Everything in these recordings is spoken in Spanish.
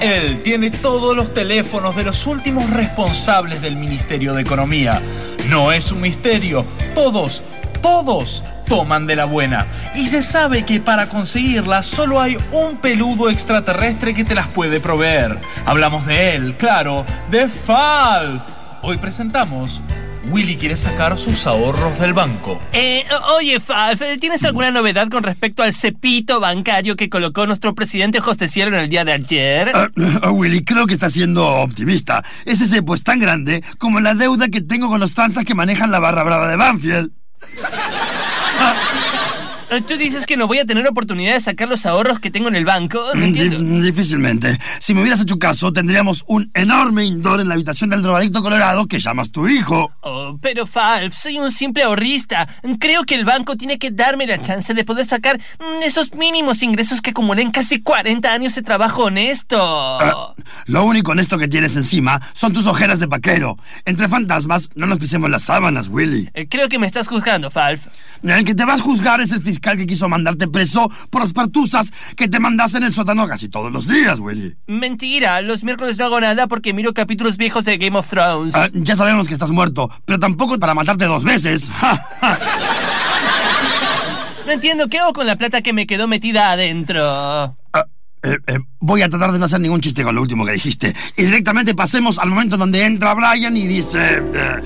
Él tiene todos los teléfonos de los últimos responsables del Ministerio de Economía. No es un misterio, todos toman de la buena. Y se sabe que para conseguirlas solo hay un peludo extraterrestre que te las puede proveer. Hablamos de él, claro, de Falf. Hoy presentamos... Willy quiere sacar sus ahorros del banco. Oye, Falf, ¿tienes alguna novedad con respecto al cepito bancario que colocó nuestro presidente Justiciero en el día de ayer? Willy, creo que está siendo optimista. Ese cepo es tan grande como la deuda que tengo con los tranzas que manejan la barra brava de Banfield. ¿Tú dices que no voy a tener oportunidad de sacar los ahorros que tengo en el banco? No entiendo. Difícilmente. Si me hubieras hecho caso, tendríamos un enorme indoor en la habitación del drogadicto colorado que llamas tu hijo. Oh, pero Falf, soy un simple ahorrista. Creo que el banco tiene que darme la chance de poder sacar esos mínimos ingresos que acumulé en casi 40 años de trabajo honesto. Lo único honesto que tienes encima son tus ojeras de paquero. Entre fantasmas, no nos pisemos las sábanas, Willy. Creo que me estás juzgando, Falf. El que te vas a juzgar es el fiscal que quiso mandarte preso por las partuzas que te mandas en el sótano casi todos los días, Willy. Mentira, los miércoles no hago nada porque miro capítulos viejos de Game of Thrones. Ya sabemos que estás muerto, pero tampoco para matarte 2 veces. No entiendo, ¿qué hago con la plata que me quedó metida adentro? Voy a tratar de no hacer ningún chiste con lo último que dijiste. Y directamente pasemos al momento donde entra Brian y dice...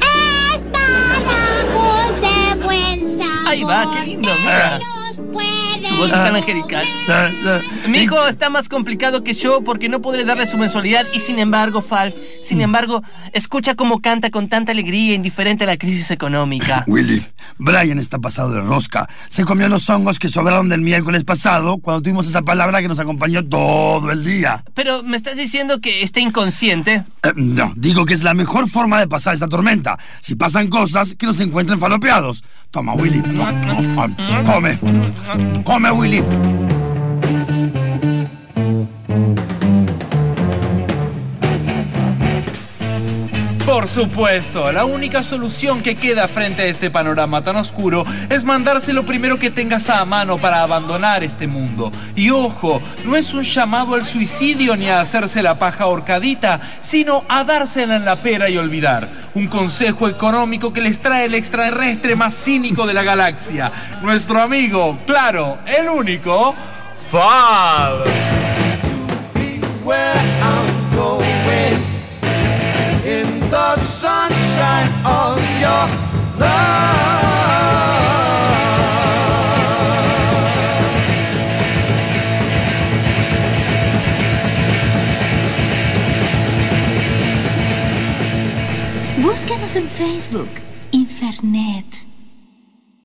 Espárragos de buen sabor. Ahí va, qué lindo, mira. Su voz es tan angelical. Mi hijo está más complicado que yo porque no podré darle su mensualidad. Y sin embargo, Falf, escucha cómo canta con tanta alegría indiferente a la crisis económica. Willy, Brian está pasado de rosca. Se comió los hongos que sobraron del miércoles pasado cuando tuvimos esa palabra que nos acompañó todo el día. Pero, ¿me estás diciendo que está inconsciente? No, digo que es la mejor forma de pasar esta tormenta. Si pasan cosas, que nos encuentren falopeados. Toma, Willy. Come, Willy. Por supuesto, la única solución que queda frente a este panorama tan oscuro es mandarse lo primero que tengas a mano para abandonar este mundo. Y ojo, no es un llamado al suicidio ni a hacerse la paja ahorcadita, sino a dársela en la pera y olvidar. Un consejo económico que les trae el extraterrestre más cínico de la galaxia. Nuestro amigo, claro, el único, Falf. The sunshine of your love. Búscanos en Facebook, Infernet.